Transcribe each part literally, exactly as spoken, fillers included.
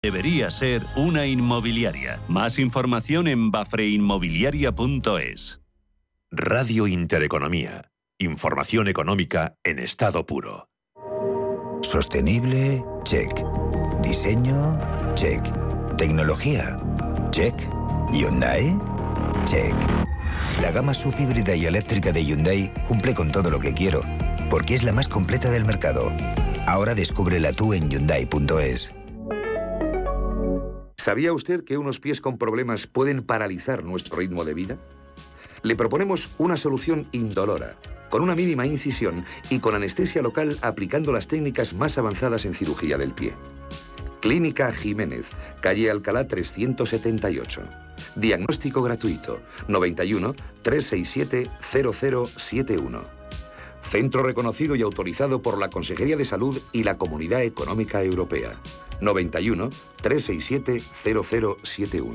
Debería ser una inmobiliaria. Más información en bafreinmobiliaria punto es. Radio Intereconomía. Información económica en estado puro. Sostenible, check. Diseño, check. Tecnología, check. Hyundai, check. La gama subhíbrida y eléctrica de Hyundai cumple con todo lo que quiero, porque es la más completa del mercado. Ahora descúbrela tú en hyundai punto es. ¿Sabía usted que unos pies con problemas pueden paralizar nuestro ritmo de vida? Le proponemos una solución indolora, con una mínima incisión y con anestesia local aplicando las técnicas más avanzadas en cirugía del pie. Clínica Jiménez, calle Alcalá trescientos setenta y ocho. Diagnóstico gratuito, noventa y uno, trescientos sesenta y siete, cero cero siete uno. Centro reconocido y autorizado por la Consejería de Salud y la Comunidad Económica Europea. noventa y uno, trescientos sesenta y siete, cero cero siete uno.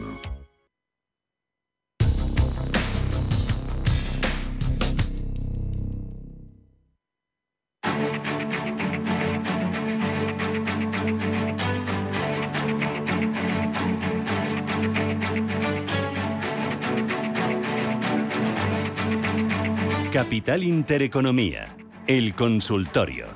Capital Intereconomía, el consultorio.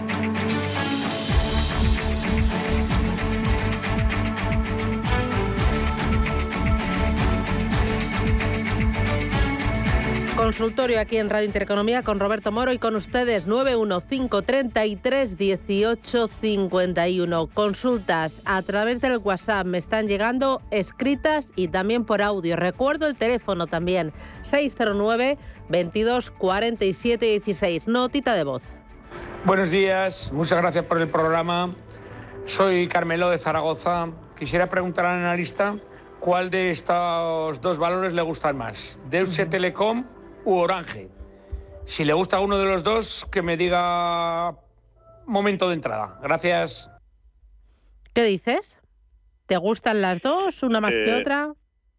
Consultorio aquí en Radio Intereconomía con Roberto Moro y con ustedes nueve uno cinco, treinta y tres, dieciocho, cincuenta y uno. Consultas a través del WhatsApp me están llegando escritas y también por audio. Recuerdo el teléfono también, seis cero nueve, veintidós, cuarenta y siete, dieciséis. Notita de voz. Buenos días, muchas gracias por el programa. Soy Carmelo de Zaragoza. Quisiera preguntar al analista cuál de estos dos valores le gustan más, Deutsche Telekom u Orange. Si le gusta uno de los dos, que me diga momento de entrada. Gracias. ¿Qué dices? ¿Te gustan las dos, una más eh, que otra?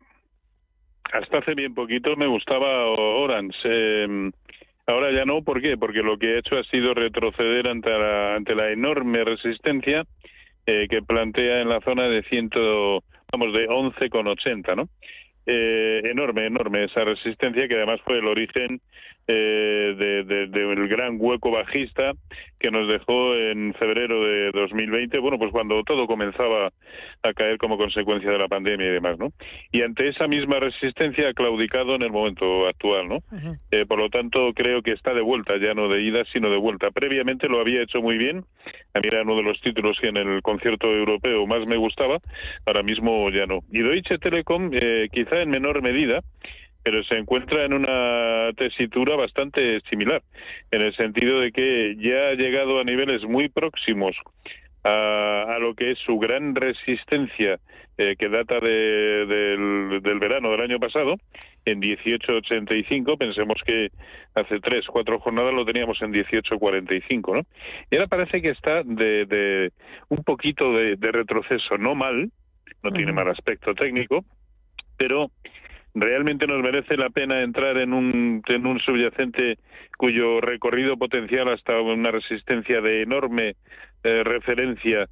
Hasta hace bien poquito me gustaba Orange. Eh, ahora ya no, ¿por qué? Porque lo que ha hecho ha sido retroceder ante la, ante la enorme resistencia eh, que plantea en la zona de ciento, vamos, de once con ochenta, ¿no? Eh, enorme, enorme esa resistencia, que además fue el origen eh, de, de, de el gran hueco bajista que nos dejó en febrero de dos mil veinte, bueno, pues cuando todo comenzaba a caer como consecuencia de la pandemia y demás, ¿no? Y ante esa misma resistencia ha claudicado en el momento actual, ¿no? Uh-huh. Eh, por lo tanto, creo que está de vuelta, ya no de ida, sino de vuelta. Previamente lo había hecho muy bien, a mí era uno de los títulos que en el concierto europeo más me gustaba, ahora mismo ya no. Y Deutsche Telekom, eh, quizá en menor medida, pero se encuentra en una tesitura bastante similar, en el sentido de que ya ha llegado a niveles muy próximos a, a lo que es su gran resistencia, eh, que data de, del, del verano del año pasado, en dieciocho ochenta y cinco. Pensemos que hace tres, cuatro jornadas lo teníamos en dieciocho cuarenta y cinco, ¿no? Y ahora parece que está de, de un poquito de, de retroceso, no mal, no uh-huh. tiene mal aspecto técnico, pero realmente nos merece la pena entrar en un en un subyacente cuyo recorrido potencial hasta una resistencia de enorme eh, referencia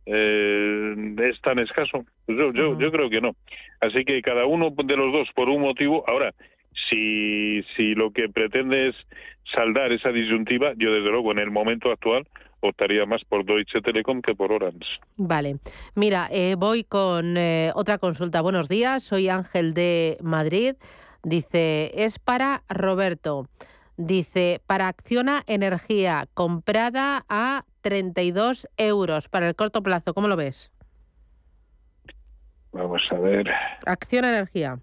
eh, es tan escaso. Pues yo, yo, yo creo que no. Así que cada uno de los dos por un motivo. Ahora, si si lo que pretende es saldar esa disyuntiva, yo desde luego en el momento actual optaría más por Deutsche Telekom que por Orange. Vale. Mira, eh, voy con eh, otra consulta. Buenos días, soy Ángel de Madrid. Dice, es para Roberto. Dice, para Acciona Energía, comprada a treinta y dos euros para el corto plazo. ¿Cómo lo ves? Vamos a ver. Acciona Energía.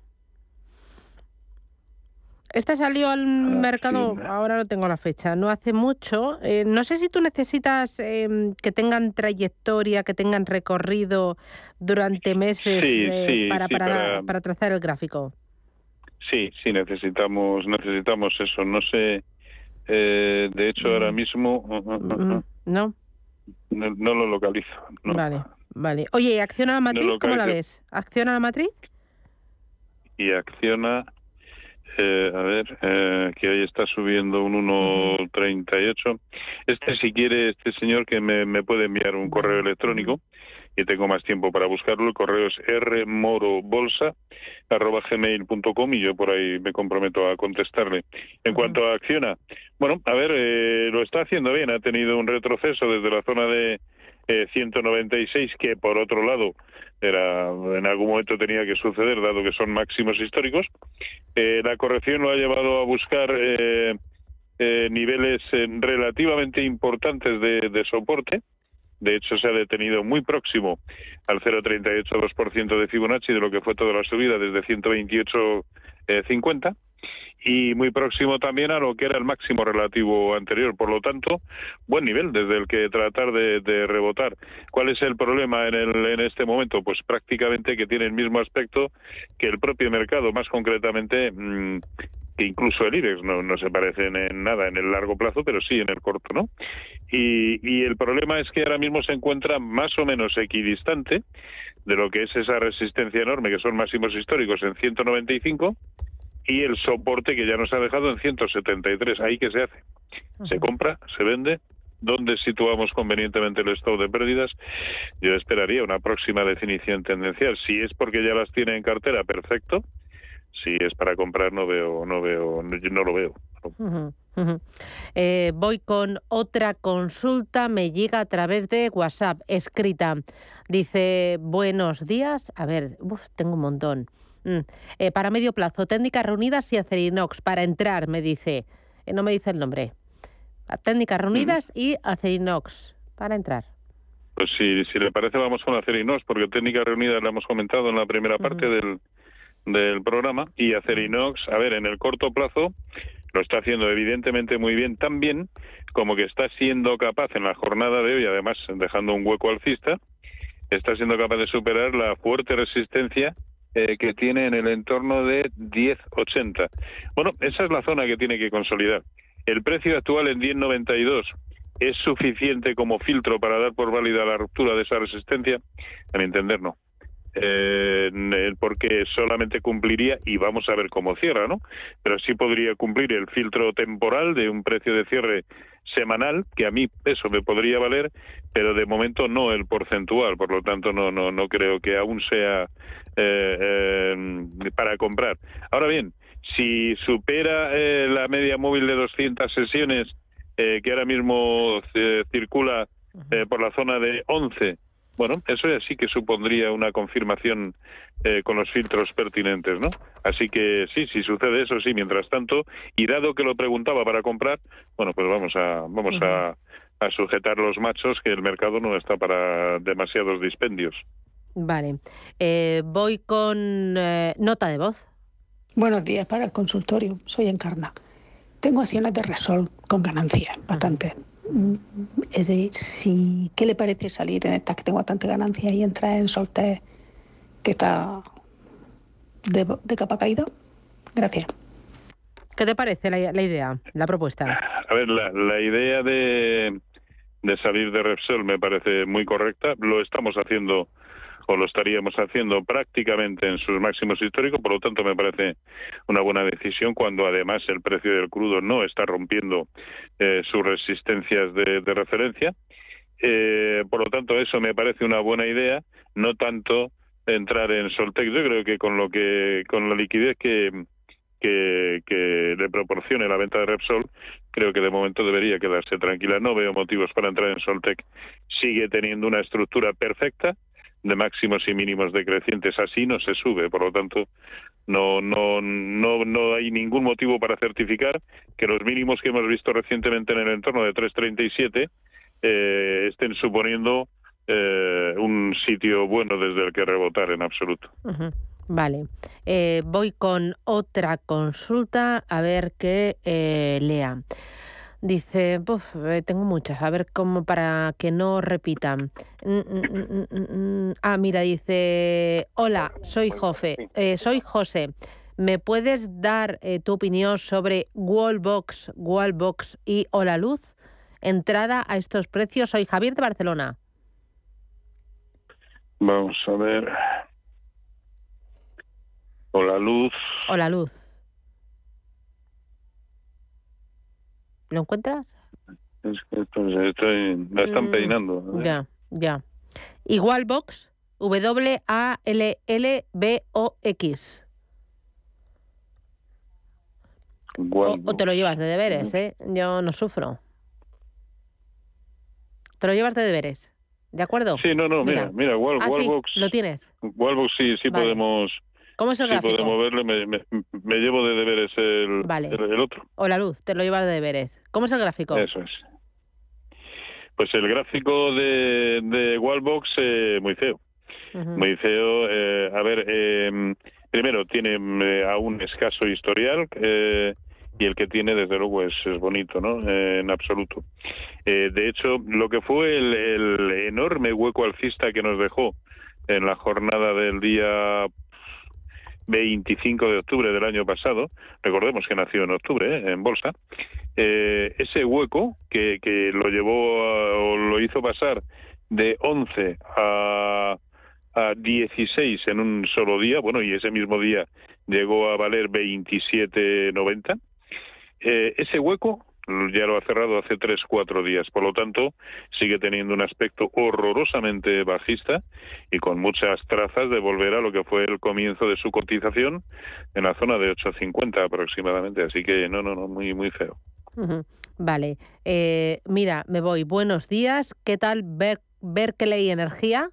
Esta salió al ah, mercado, sí. Ahora no tengo la fecha, no hace mucho. Eh, no sé si tú necesitas eh, que tengan trayectoria, que tengan recorrido durante meses sí, eh, sí, para, sí, para, para, para trazar el gráfico. Sí, sí, necesitamos necesitamos eso. No sé, eh, de hecho mm. ahora mismo... Uh, uh, uh, uh, ¿No? ¿No? No lo localizo. No. Vale, vale. Oye, ¿y Acciona la matriz? No ¿Cómo la ves? ¿Acciona la matriz? Y Acciona... Eh, a ver, eh, que hoy está subiendo un uno treinta y ocho. Este, si quiere, este señor que me, me puede enviar un correo electrónico y tengo más tiempo para buscarlo. El correo es rmorobolsa arroba gmail punto com y yo por ahí me comprometo a contestarle. En cuanto a Acciona, bueno, a ver, eh, lo está haciendo bien. Ha tenido un retroceso desde la zona de eh, ciento noventa y seis, que por otro lado era en algún momento tenía que suceder, dado que son máximos históricos. Eh, la corrección lo ha llevado a buscar eh, eh, niveles eh, relativamente importantes de, de soporte. De hecho, se ha detenido muy próximo al cero coma treinta y ocho dos por ciento de Fibonacci de lo que fue toda la subida desde ciento veintiocho cincuenta. Y muy próximo también a lo que era el máximo relativo anterior. Por lo tanto, buen nivel desde el que tratar de, de rebotar. ¿Cuál es el problema en, el, en este momento? Pues prácticamente que tiene el mismo aspecto que el propio mercado, más concretamente mmm, que incluso el IBEX. No, no se parecen en nada en el largo plazo, pero sí en el corto, ¿no? Y, y el problema es que ahora mismo se encuentra más o menos equidistante de lo que es esa resistencia enorme, que son máximos históricos en ciento noventa y cinco, y el soporte que ya nos ha dejado en ciento setenta y tres. Ahí que se hace. Se compra, se vende. ¿Dónde situamos convenientemente el stop de pérdidas? Yo esperaría una próxima definición tendencial. Si es porque ya las tiene en cartera, perfecto. Si es para comprar, no veo, no veo, no, no lo veo. Uh-huh, uh-huh. Eh, voy con otra consulta, me llega a través de WhatsApp, escrita. Dice, buenos días. A ver, uf, tengo un montón. Mm. Eh, para medio plazo, técnicas reunidas y Acerinox para entrar, me dice. Eh, no me dice el nombre. Técnicas reunidas mm. y Acerinox para entrar. Pues si, si le parece, vamos con Acerinox, porque técnicas reunidas la hemos comentado en la primera uh-huh. parte del, del programa. Y Acerinox, a ver, en el corto plazo lo está haciendo evidentemente muy bien, tan bien como que está siendo capaz en la jornada de hoy, además dejando un hueco alcista, está siendo capaz de superar la fuerte resistencia Eh, que tiene en el entorno de diez ochenta. Bueno, esa es la zona que tiene que consolidar. El precio actual en diez noventa y dos es suficiente como filtro para dar por válida la ruptura de esa resistencia. A mi entender, no. Eh, porque solamente cumpliría, y vamos a ver cómo cierra, ¿no? Pero sí podría cumplir el filtro temporal de un precio de cierre semanal, que a mí eso me podría valer, pero de momento no el porcentual. Por lo tanto, no no no creo que aún sea eh, eh, para comprar. Ahora bien, si supera eh, la media móvil de doscientas sesiones eh, que ahora mismo eh, circula eh, por la zona de once, bueno, eso ya sí que supondría una confirmación eh, con los filtros pertinentes, ¿no? Así que sí, si sucede eso, sí. Mientras tanto, y dado que lo preguntaba para comprar, bueno, pues vamos a vamos uh-huh. a, a sujetar los machos, que el mercado no está para demasiados dispendios. Vale. Eh, voy con eh, nota de voz. Buenos días para el consultorio. Soy Encarna. Tengo acciones de Repsol con ganancias, bastante. Es decir, si, ¿qué le parece salir en estas que tengo bastante ganancias y entrar en Soltec, que está de, de capa caída? Gracias. ¿Qué te parece la, la idea, la propuesta? A ver, la, la idea de, de salir de Repsol me parece muy correcta. Lo estamos haciendo, o lo estaríamos haciendo prácticamente en sus máximos históricos, por lo tanto me parece una buena decisión cuando además el precio del crudo no está rompiendo eh, sus resistencias de, de referencia. Eh, por lo tanto, eso me parece una buena idea, no tanto entrar en Soltec. Yo creo que con lo que con la liquidez que que, que le proporcione la venta de Repsol, creo que de momento debería quedarse tranquila. No veo motivos para entrar en Soltec. Sigue teniendo una estructura perfecta de máximos y mínimos decrecientes, así no se sube, por lo tanto no no no no hay ningún motivo para certificar que los mínimos que hemos visto recientemente en el entorno de tres treinta y siete eh, estén suponiendo eh, un sitio bueno desde el que rebotar en absoluto. Uh-huh. Vale, eh, voy con otra consulta a ver qué eh, lea. Dice, uf, eh, tengo muchas, a ver cómo para que no repitan. Mm, mm, mm, mm. Ah, mira, dice, hola, soy Jofe, eh, soy José. ¿Me puedes dar eh, tu opinión sobre Wallbox, Wallbox y Holaluz? Entrada a estos precios. Soy Javier de Barcelona. Vamos a ver. Holaluz. Holaluz. ¿Lo encuentras? Es que estoy, estoy, la están mm, peinando. Ya, ya. Y Wallbox, W A L L B O X. O, o te lo llevas de deberes, ¿eh? Yo no sufro. Te lo llevas de deberes, ¿de acuerdo? Sí, no, no, mira, mira, mira Wall, ah, Wallbox... Sí, lo tienes. Wallbox sí, sí vale. podemos... ¿Cómo es el sí gráfico? podemos verle, me, me, me llevo de deberes el, vale. el, el otro. O la luz, te lo llevas de deberes. ¿Cómo es el gráfico? Eso es. Pues el gráfico de, de Wallbox, eh, muy feo. Uh-huh. Muy feo. Eh, a ver, eh, primero, tiene eh, aún escaso historial, eh, y el que tiene, desde luego, es, es bonito, ¿no? Eh, en absoluto. Eh, de hecho, lo que fue el, el enorme hueco alcista que nos dejó en la jornada del día veinticinco de octubre del año pasado, recordemos que nació en octubre, ¿eh? en bolsa, eh, ese hueco que, que lo llevó a, o lo hizo pasar de once a, a dieciséis en un solo día, bueno, y ese mismo día llegó a valer veintisiete noventa, eh, ese hueco ya lo ha cerrado hace tres, cuatro días, por lo tanto sigue teniendo un aspecto horrorosamente bajista y con muchas trazas de volver a lo que fue el comienzo de su cotización en la zona de ocho cincuenta aproximadamente, así que no, no, no, muy, muy feo. Uh-huh. Vale, eh, mira, me voy, buenos días, ¿qué tal Ber- Berkeley Energía?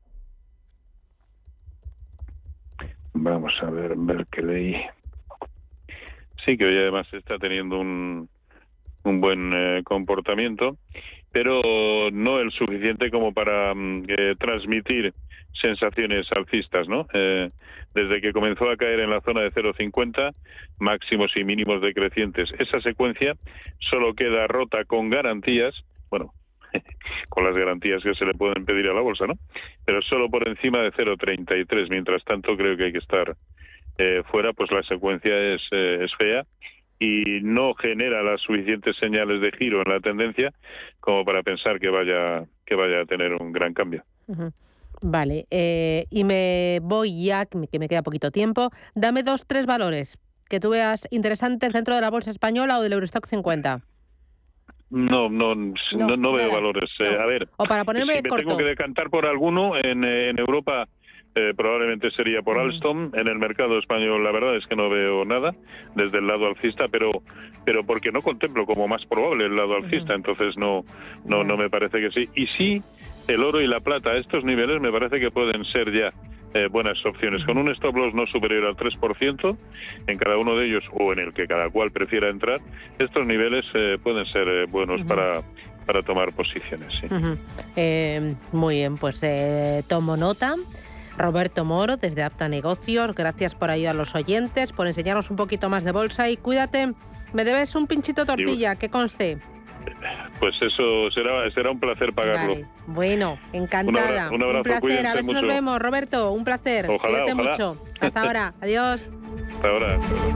Vamos a ver, Berkeley. Sí, que hoy además está teniendo un un buen eh, comportamiento, pero no el suficiente como para eh, transmitir sensaciones alcistas, ¿no? Eh, desde que comenzó a caer en la zona de cero cincuenta, máximos y mínimos decrecientes, esa secuencia solo queda rota con garantías, bueno, con las garantías que se le pueden pedir a la bolsa, ¿no? Pero solo por encima de cero treinta y tres, mientras tanto creo que hay que estar eh, fuera, pues la secuencia es, eh, es fea y no genera las suficientes señales de giro en la tendencia como para pensar que vaya que vaya a tener un gran cambio. Uh-huh. Vale, eh, y me voy ya, que me queda poquito tiempo. Dame dos, tres valores que tú veas interesantes dentro de la bolsa española o del Eurostock cincuenta. No, no, no, no, no veo valores. No. Eh, a ver, o para ponerme si me corto. tengo que decantar por alguno, en, en Europa eh, probablemente sería por Alstom. En el mercado español la verdad es que no veo nada desde el lado alcista, pero pero porque no contemplo como más probable el lado alcista, uh-huh. entonces no no uh-huh. no me parece que sí. Y sí, el oro y la plata a estos niveles me parece que pueden ser ya eh, buenas opciones, con un stop loss no superior al tres por ciento en cada uno de ellos o en el que cada cual prefiera entrar. Estos niveles eh, pueden ser eh, buenos uh-huh. para para tomar posiciones. Sí. Uh-huh. Eh, muy bien, pues eh, tomo nota. Roberto Moro, desde Apta Negocios, gracias por ayudar a los oyentes, por enseñarnos un poquito más de bolsa y cuídate, me debes un pinchito tortilla, que conste. Pues eso será será un placer pagarlo. Vale. Bueno, encantada. Un, abra- un abrazo, un placer, cuídense a ver si mucho. nos vemos, Roberto, un placer. Ojalá, Cuídate ojalá. mucho. Hasta ahora, adiós. Hasta ahora.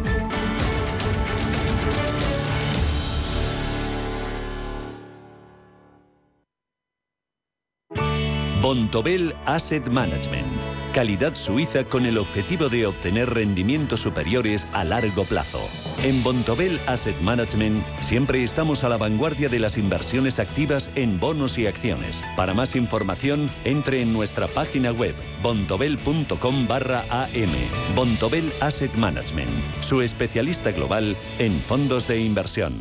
Bontobel Asset Management. Calidad suiza con el objetivo de obtener rendimientos superiores a largo plazo. En Bontobel Asset Management siempre estamos a la vanguardia de las inversiones activas en bonos y acciones. Para más información, entre en nuestra página web bontobel.com barra am. Bontobel Asset Management, su especialista global en fondos de inversión.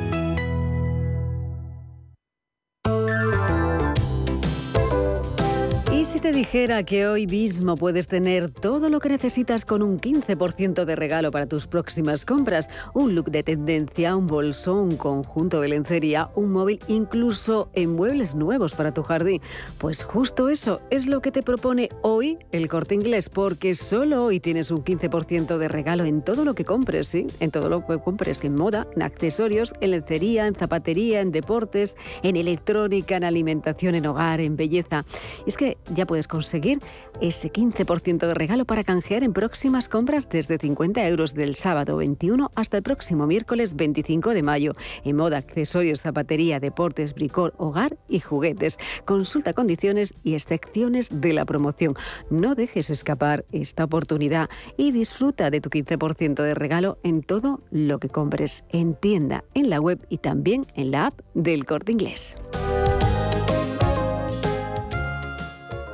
Si te dijera que hoy mismo puedes tener todo lo que necesitas con un quince por ciento de regalo para tus próximas compras, un look de tendencia, un bolso, un conjunto de lencería, un móvil, incluso en muebles nuevos para tu jardín, pues justo eso es lo que te propone hoy el Corte Inglés, porque solo hoy tienes un quince por ciento de regalo en todo lo que compres, ¿sí? En todo lo que compres, en moda, en accesorios, en lencería, en zapatería, en deportes, en electrónica, en alimentación, en hogar, en belleza. Y es que ya puedes conseguir ese quince por ciento de regalo para canjear en próximas compras desde cincuenta euros del sábado veintiuno hasta el próximo miércoles veinticinco de mayo. En moda, accesorios, zapatería, deportes, bricor, hogar y juguetes. Consulta condiciones y excepciones de la promoción. No dejes escapar esta oportunidad y disfruta de tu quince por ciento de regalo en todo lo que compres en tienda, en la web y también en la app del Corte Inglés.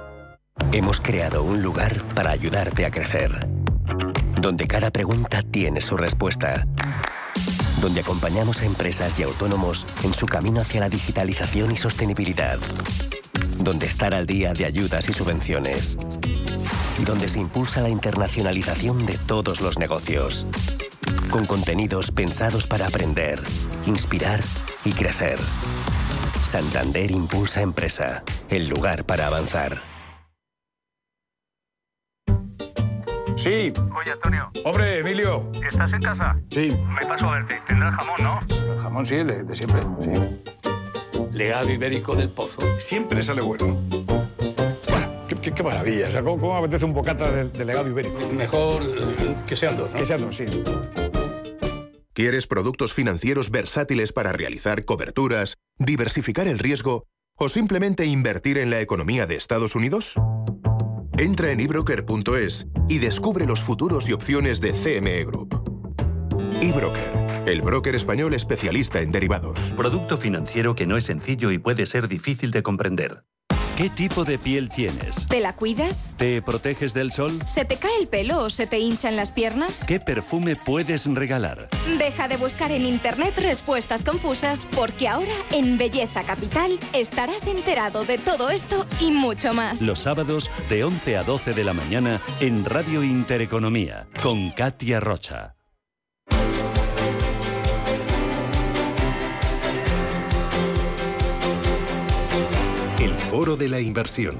Hemos creado un lugar para ayudarte a crecer, donde cada pregunta tiene su respuesta, donde acompañamos a empresas y autónomos en su camino hacia la digitalización y sostenibilidad, donde estar al día de ayudas y subvenciones, y donde se impulsa la internacionalización de todos los negocios, con contenidos pensados para aprender, inspirar y crecer. Santander Impulsa Empresa, el lugar para avanzar. Sí. Oye, Antonio. Hombre, Emilio. ¿Estás en casa? Sí. Me paso a verte. Tendrás jamón, ¿no? El jamón sí, de, de siempre, sí. Legado ibérico del Pozo. Siempre sale bueno. Bueno, qué, qué, qué maravilla. O sea, ¿cómo, cómo apetece un bocata de, de legado ibérico? Mejor que sean dos, ¿no? Que sean dos, sí. ¿Quieres productos financieros versátiles para realizar coberturas, diversificar el riesgo o simplemente invertir en la economía de Estados Unidos? Entra en ebroker punto es y descubre los futuros y opciones de C M E Group. eBroker, el broker español especialista en derivados. Producto financiero que no es sencillo y puede ser difícil de comprender. ¿Qué tipo de piel tienes? ¿Te la cuidas? ¿Te proteges del sol? ¿Se te cae el pelo o se te hinchan las piernas? ¿Qué perfume puedes regalar? Deja de buscar en internet respuestas confusas, porque ahora en Belleza Capital estarás enterado de todo esto y mucho más. Los sábados de once a doce de la mañana en Radio Intereconomía con Katia Rocha. El Foro de la Inversión.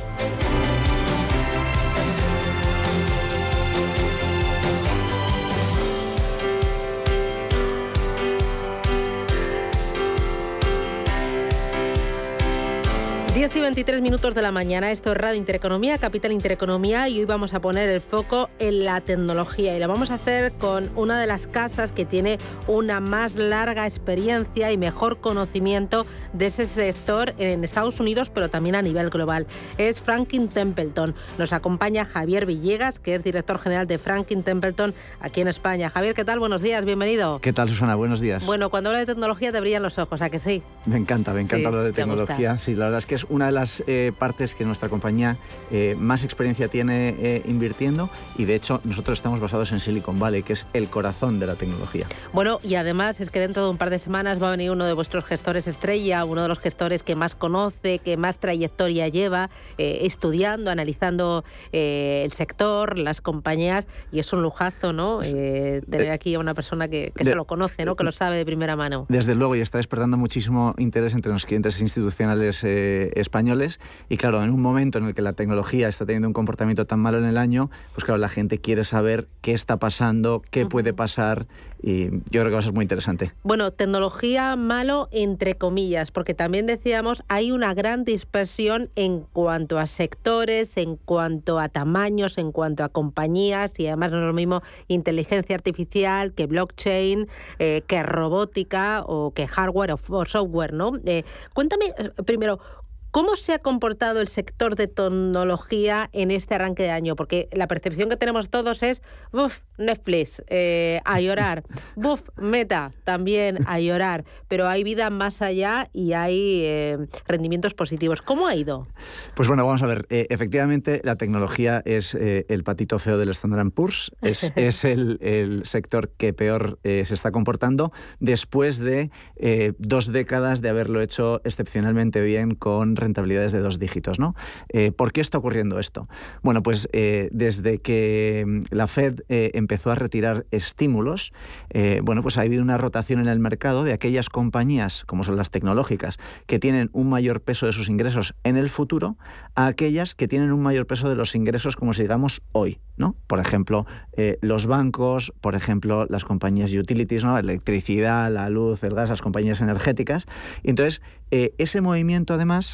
diez y veintitrés minutos de la mañana, esto es Radio Intereconomía, Capital Intereconomía, y hoy vamos a poner el foco en la tecnología y lo vamos a hacer con una de las casas que tiene una más larga experiencia y mejor conocimiento de ese sector en Estados Unidos, pero también a nivel global. Es Franklin Templeton. Nos acompaña Javier Villegas, que es director general de Franklin Templeton aquí en España. Javier, ¿qué tal? Buenos días, bienvenido. ¿Qué tal, Susana? Buenos días. Bueno, cuando habla de tecnología te brillan los ojos, ¿a que sí? Me encanta, me encanta Sí, hablar de te tecnología. gusta. Sí, la verdad es que es una de las eh, partes que nuestra compañía eh, más experiencia tiene eh, invirtiendo, y de hecho nosotros estamos basados en Silicon Valley, que es el corazón de la tecnología. Bueno, y además es que dentro de un par de semanas va a venir uno de vuestros gestores estrella, uno de los gestores que más conoce, que más trayectoria lleva, eh, estudiando, analizando eh, el sector, las compañías, y es un lujazo, ¿no? Eh, tener aquí a una persona que, que de, se lo conoce, ¿no? Que lo sabe de primera mano. Desde luego, y está despertando muchísimo interés entre los clientes institucionales eh, españoles, y claro, en un momento en el que la tecnología está teniendo un comportamiento tan malo en el año, pues claro, la gente quiere saber qué está pasando, qué uh-huh. puede pasar, y yo creo que va a ser muy interesante. Bueno, tecnología malo entre comillas, porque también decíamos, hay una gran dispersión en cuanto a sectores, en cuanto a tamaños, en cuanto a compañías, y además no es lo mismo inteligencia artificial que blockchain, eh, que robótica o que hardware o, o software, ¿no? Eh, cuéntame primero, ¿cómo se ha comportado el sector de tecnología en este arranque de año? Porque la percepción que tenemos todos es, ¡buf! Netflix, eh, a llorar, ¡buf! Meta, también a llorar, pero hay vida más allá y hay eh, rendimientos positivos. ¿Cómo ha ido? Pues bueno, vamos a ver, eh, efectivamente la tecnología es eh, el patito feo del Standard and Poor's, es, es el, el sector que peor eh, se está comportando después de eh, dos décadas de haberlo hecho excepcionalmente bien con rentabilidades de dos dígitos, ¿no? Eh, ¿Por qué está ocurriendo esto? Bueno, pues eh, desde que la Fed eh, empezó a retirar estímulos, eh, bueno, pues ha habido una rotación en el mercado de aquellas compañías, como son las tecnológicas, que tienen un mayor peso de sus ingresos en el futuro, a aquellas que tienen un mayor peso de los ingresos, como si digamos hoy, ¿no? Por ejemplo, eh, los bancos, por ejemplo, las compañías utilities, ¿no? Electricidad, la luz, el gas, las compañías energéticas. Y entonces, eh, ese movimiento, además,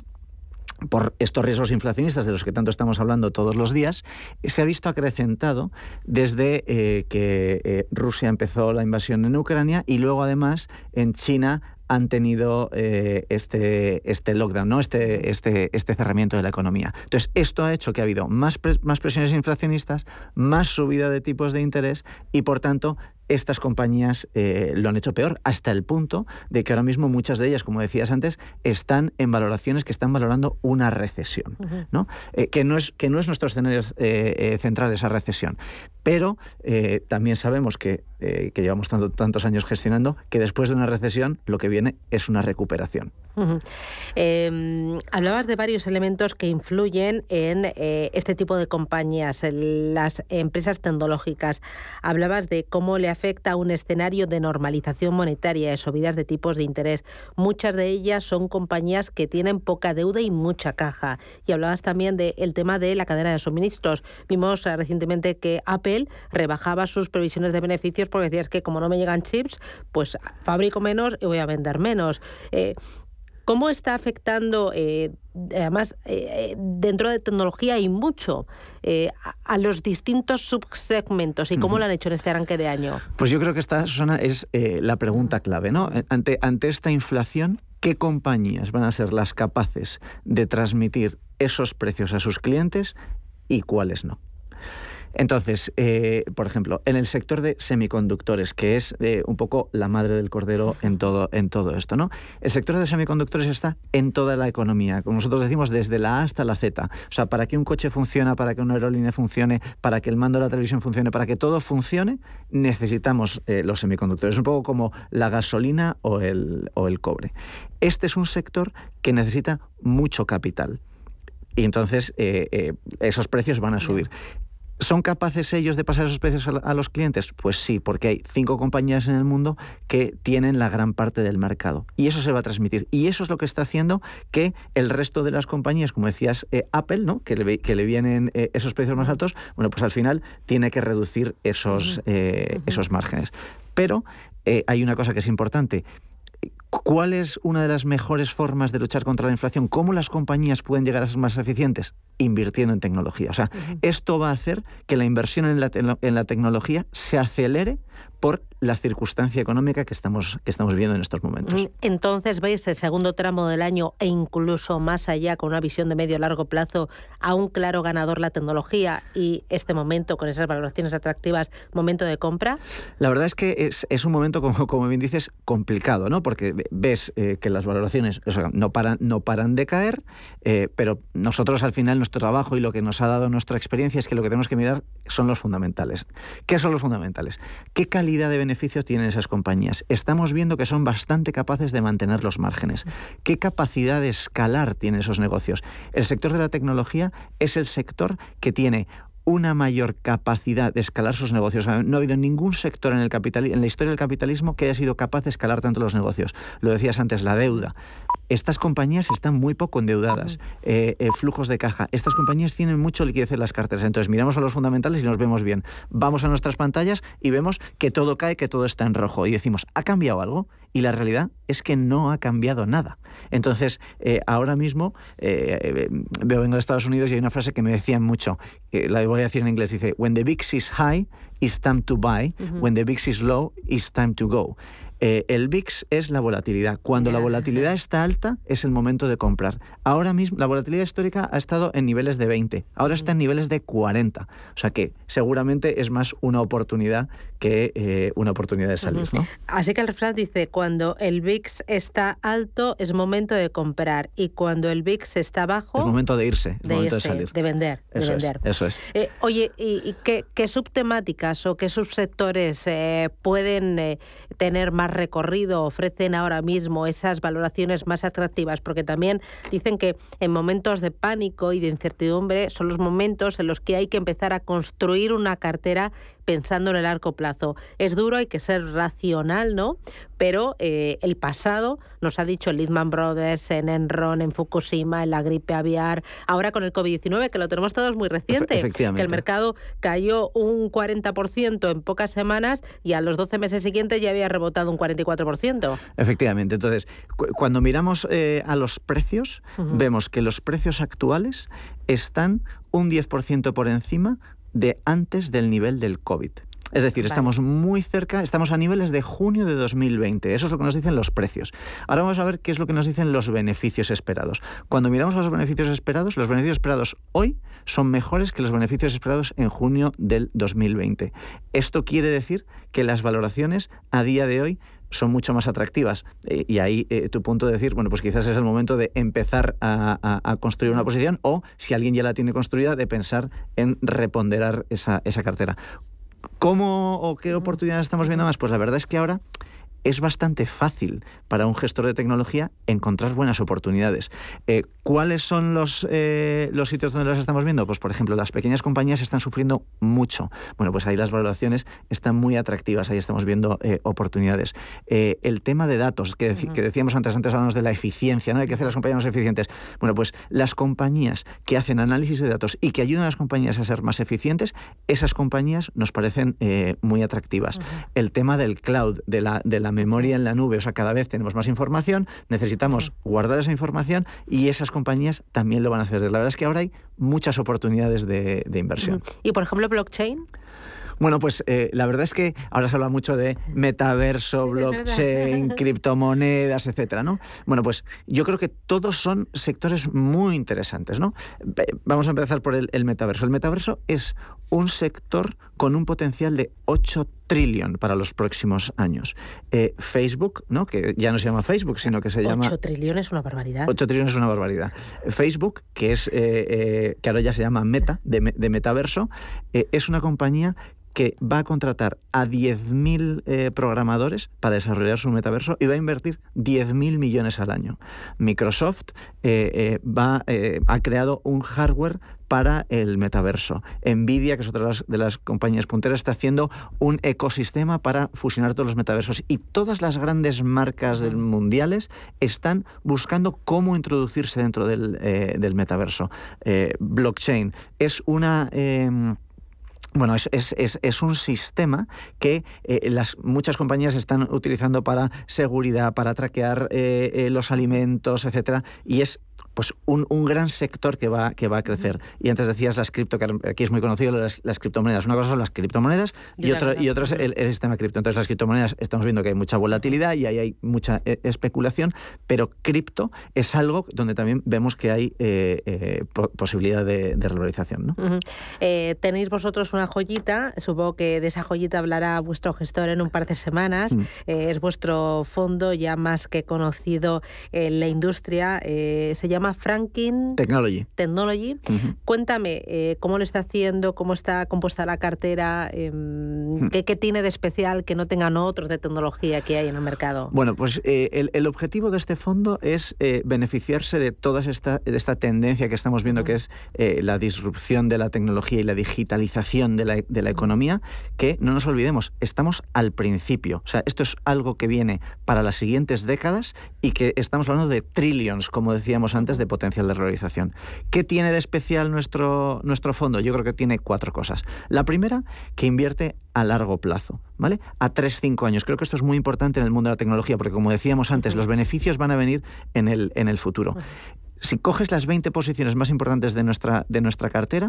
por estos riesgos inflacionistas de los que tanto estamos hablando todos los días, se ha visto acrecentado desde eh, que eh, Rusia empezó la invasión en Ucrania, y luego además en China han tenido eh, este, este lockdown, ¿no? este, este, este cerramiento de la economía. Entonces, esto ha hecho que ha habido más, pres- más presiones inflacionistas, más subida de tipos de interés, y por tanto estas compañías eh, lo han hecho peor, hasta el punto de que ahora mismo muchas de ellas, como decías antes, están en valoraciones que están valorando una recesión, uh-huh. ¿no? Eh, que, no es, que no es nuestro escenario eh, eh, central esa recesión. Pero eh, también sabemos que, eh, que llevamos tanto, tantos años gestionando, que después de una recesión lo que viene es una recuperación. Uh-huh. Eh, hablabas de varios elementos que influyen en eh, este tipo de compañías, en las empresas tecnológicas. Hablabas de cómo le afecta un escenario de normalización monetaria, de subidas de tipos de interés. Muchas de ellas son compañías que tienen poca deuda y mucha caja. Y hablabas también del tema de la cadena de suministros. Vimos eh, recientemente que Apple rebajaba sus previsiones de beneficios porque decías que como no me llegan chips, pues fabrico menos y voy a vender menos. Eh, ¿Cómo está afectando, eh, además, eh, dentro de tecnología hay mucho, eh, a, a los distintos subsegmentos y cómo uh-huh. lo han hecho en este arranque de año? Pues yo creo que esta, Susana, es eh, la pregunta clave, ¿no? Ante, ante esta inflación, ¿qué compañías van a ser las capaces de transmitir esos precios a sus clientes y cuáles no? Entonces, eh, por ejemplo, en el sector de semiconductores, que es eh, un poco la madre del cordero en todo, en todo esto, ¿no? El sector de semiconductores está en toda la economía, como nosotros decimos, desde la A hasta la Z. O sea, para que un coche funcione, para que una aerolínea funcione, para que el mando de la televisión funcione, para que todo funcione, necesitamos eh, los semiconductores. Un poco como la gasolina o el, o el cobre. Este es un sector que necesita mucho capital. Y entonces eh, eh, esos precios van a subir. ¿Son capaces ellos de pasar esos precios a los clientes? Pues sí, porque hay cinco compañías en el mundo que tienen la gran parte del mercado. Y eso se va a transmitir. Y eso es lo que está haciendo que el resto de las compañías, como decías, eh, Apple, ¿no? que, le, que le vienen eh, esos precios más altos, bueno, pues al final tiene que reducir esos, eh, esos márgenes. Pero eh, hay una cosa que es importante. ¿Cuál es una de las mejores formas de luchar contra la inflación? ¿Cómo las compañías pueden llegar a ser más eficientes? Invirtiendo en tecnología. O sea, uh-huh. esto va a hacer que la inversión en la, te- en la tecnología se acelere por la circunstancia económica que estamos, que estamos viviendo en estos momentos. Entonces, ¿veis el segundo tramo del año e incluso más allá, con una visión de medio largo plazo, a un claro ganador la tecnología y este momento, con esas valoraciones atractivas, momento de compra? La verdad es que es, es un momento, como, como bien dices, complicado, ¿no? Porque ves eh, que las valoraciones o sea, no, paran, no paran de caer, eh, pero nosotros al final nuestro trabajo y lo que nos ha dado nuestra experiencia es que lo que tenemos que mirar son los fundamentales. ¿Qué son los fundamentales? ¿Qué calidad de beneficio tienen esas compañías? Estamos viendo que son bastante capaces de mantener los márgenes. ¿Qué capacidad de escalar tienen esos negocios? El sector de la tecnología es el sector que tiene una mayor capacidad de escalar sus negocios. No ha habido ningún sector en, el capital, en la historia del capitalismo que haya sido capaz de escalar tanto los negocios. Lo decías antes, la deuda. Estas compañías están muy poco endeudadas, eh, eh, flujos de caja. Estas compañías tienen mucho liquidez en las carteras. Entonces miramos a los fundamentales y nos vemos bien. Vamos a nuestras pantallas y vemos que todo cae, que todo está en rojo. Y decimos, ¿ha cambiado algo? Y la realidad es que no ha cambiado nada. Entonces, eh, ahora mismo, eh, eh, yo vengo de Estados Unidos y hay una frase que me decían mucho, eh, la voy a decir en inglés, dice, when the V I X is high, it's time to buy. Uh-huh. When the V I X is low, it's time to go. Eh, el V I X es la volatilidad. Cuando yeah. la volatilidad está alta, es el momento de comprar. Ahora mismo, la volatilidad histórica ha estado en niveles de veinte, ahora está en niveles de cuarenta. O sea que seguramente es más una oportunidad que eh, una oportunidad de salir, uh-huh. ¿no? Así que el refrán dice, cuando el V I X está alto, es momento de comprar. Y cuando el V I X está bajo... Es momento de irse, es de momento irse, de salir. De vender, eso de vender. Es, eso es. Eh, oye, ¿y, y qué, qué subtemáticas o qué subsectores eh, pueden eh, tener más recorrido, ofrecen ahora mismo esas valoraciones más atractivas? Porque también dicen que en momentos de pánico y de incertidumbre son los momentos en los que hay que empezar a construir una cartera pensando en el largo plazo. Es duro, hay que ser racional, ¿no? Pero eh, el pasado nos ha dicho el Lehman Brothers, en Enron, en Fukushima, en la gripe aviar, ahora con el covid diecinueve, que lo tenemos todos muy reciente, Efectivamente. que el mercado cayó un cuarenta por ciento en pocas semanas y a los doce meses siguientes ya había rebotado un cuarenta y cuatro por ciento. Efectivamente. Entonces, cu- cuando miramos eh, a los precios, uh-huh. vemos que los precios actuales están un diez por ciento por encima de antes del nivel del COVID. Es decir, Vale. estamos muy cerca, estamos a niveles de junio de dos mil veinte. Eso es lo que nos dicen los precios. Ahora vamos a ver qué es lo que nos dicen los beneficios esperados. Cuando miramos los beneficios esperados, los beneficios esperados hoy son mejores que los beneficios esperados en junio del dos mil veinte. Esto quiere decir que las valoraciones a día de hoy son mucho más atractivas. Eh, y ahí eh, tu punto de decir, bueno, pues quizás es el momento de empezar a, a, a construir una posición, o si alguien ya la tiene construida, de pensar en reponderar esa, esa cartera. ¿Cómo o qué oportunidades estamos viendo más? Pues la verdad es que ahora es bastante fácil para un gestor de tecnología encontrar buenas oportunidades. Eh, ¿Cuáles son los, eh, los sitios donde las estamos viendo? Pues, por ejemplo, las pequeñas compañías están sufriendo mucho. Bueno, pues ahí las valoraciones están muy atractivas, ahí estamos viendo eh, oportunidades. Eh, el tema de datos, que, dec- que decíamos antes, antes hablamos de la eficiencia, ¿no? Hay que hacer las compañías más eficientes. Bueno, pues las compañías que hacen análisis de datos y que ayudan a las compañías a ser más eficientes, esas compañías nos parecen eh, muy atractivas. Uh-huh. El tema del cloud, de la, de la memoria en la nube, o sea, cada vez tenemos más información, necesitamos guardar esa información y esas compañías también lo van a hacer. La verdad es que ahora hay muchas oportunidades de, de inversión. Y, por ejemplo, blockchain. Bueno, pues eh, la verdad es que ahora se habla mucho de metaverso, blockchain, criptomonedas, etcétera, ¿no? Bueno, pues yo creo que todos son sectores muy interesantes, ¿no? Vamos a empezar por el, el metaverso. El metaverso es un sector con un potencial de ocho trillones para los próximos años. Eh, Facebook, ¿no? Que ya no se llama Facebook, sino que se llama... ocho trillones es una barbaridad. ocho trillones es una barbaridad. Facebook, que es eh, eh, que ahora ya se llama Meta, de, de metaverso, eh, es una compañía que va a contratar a diez mil eh, programadores para desarrollar su metaverso y va a invertir diez mil millones al año. Microsoft eh, eh, va, eh, ha creado un hardware para el metaverso. Nvidia, que es otra de las, de las compañías punteras, está haciendo un ecosistema para fusionar todos los metaversos. Y todas las grandes marcas del mundiales están buscando cómo introducirse dentro del, eh, del metaverso. Eh, blockchain es una... Eh, Bueno, es, es, es, es un sistema que eh, las, muchas compañías están utilizando para seguridad, para traquear eh, eh, los alimentos, etcétera, y es pues un, un gran sector que va, que va a crecer. Y antes decías las cripto, que aquí es muy conocido, las, las criptomonedas. Una cosa son las criptomonedas y, otra, y otra es el, el sistema cripto. Entonces las criptomonedas estamos viendo que hay mucha volatilidad y ahí hay mucha eh, especulación, pero cripto es algo donde también vemos que hay eh, eh, po- posibilidad de, de revalorización, ¿no? Uh-huh. Eh, tenéis vosotros una joyita, supongo que de esa joyita hablará vuestro gestor en un par de semanas. Mm. Eh, es vuestro fondo ya más que conocido en la industria. Eh, se llama Franklin Technology. Technology. Uh-huh. Cuéntame eh, cómo lo está haciendo, cómo está compuesta la cartera, eh, uh-huh. ¿qué, qué tiene de especial que no tengan otros de tecnología que hay en el mercado. Bueno, pues eh, el, el objetivo de este fondo es eh, beneficiarse de toda esta, de esta tendencia que estamos viendo, uh-huh. que es eh, la disrupción de la tecnología y la digitalización de la, de la economía, que no nos olvidemos, estamos al principio. O sea, esto es algo que viene para las siguientes décadas y que estamos hablando de trillions, como decíamos antes, de potencial de revalorización. ¿Qué tiene de especial nuestro, nuestro fondo? Yo creo que tiene cuatro cosas. La primera, que invierte a largo plazo, ¿vale? A tres, cinco años. Creo que esto es muy importante en el mundo de la tecnología, porque como decíamos antes, uh-huh. los beneficios van a venir en el, en el futuro. Uh-huh. Si coges las veinte posiciones más importantes de nuestra, de nuestra cartera,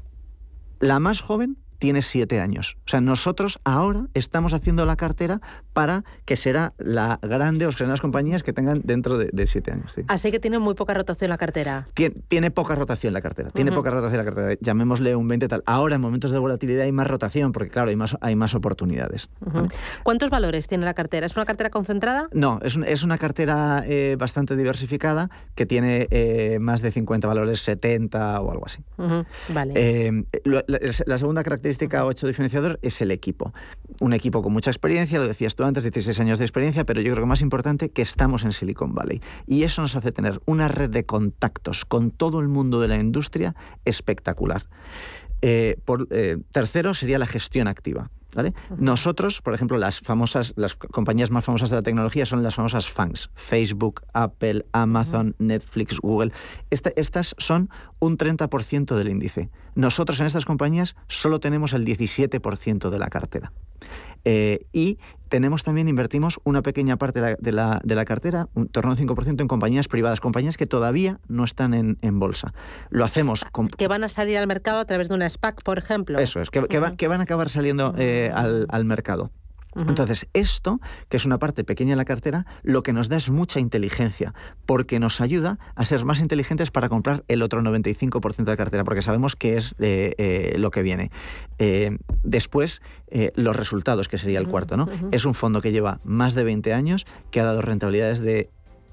la más joven tiene siete años. O sea, nosotros ahora estamos haciendo la cartera para que será la grande o serán las compañías que tengan dentro de, de siete años. Sí. Así que tiene muy poca rotación la cartera. Tiene, tiene poca rotación la cartera. Tiene uh-huh. poca rotación la cartera. Llamémosle un veinte tal. Ahora, en momentos de volatilidad, hay más rotación porque, claro, hay más, hay más oportunidades. Uh-huh. ¿Vale? ¿Cuántos valores tiene la cartera? ¿Es una cartera concentrada? No, es, un, es una cartera eh, bastante diversificada que tiene eh, más de cincuenta valores, setenta o algo así. Uh-huh. Vale. Eh, la, la segunda característica ocho diferenciador es el equipo. Un equipo con mucha experiencia, lo decías tú antes, dieciséis años de experiencia, pero yo creo que más importante que estamos en Silicon Valley. Y eso nos hace tener una red de contactos con todo el mundo de la industria espectacular. Eh, por, eh, tercero sería la gestión activa. ¿Vale? Uh-huh. Nosotros, por ejemplo, las famosas, las compañías más famosas de la tecnología son las famosas FANGs, Facebook, Apple, Amazon, uh-huh. Netflix, Google. Esta, estas son un treinta por ciento del índice. Nosotros en estas compañías solo tenemos el diecisiete por ciento de la cartera. Eh, y tenemos también, invertimos una pequeña parte de la, de la, de la cartera, un torno al cinco por ciento en compañías privadas, compañías que todavía no están en, en bolsa. Lo hacemos con... Que van a salir al mercado a través de una SPAC, por ejemplo. Eso es, que, que, va, que van a acabar saliendo eh, al, al mercado. Entonces, esto, que es una parte pequeña de la cartera, lo que nos da es mucha inteligencia, porque nos ayuda a ser más inteligentes para comprar el otro noventa y cinco por ciento de la cartera, porque sabemos que es eh, eh, lo que viene. Eh, después, eh, los resultados, que sería el cuarto, ¿no? Uh-huh. Es un fondo que lleva más de veinte años, que ha dado rentabilidades de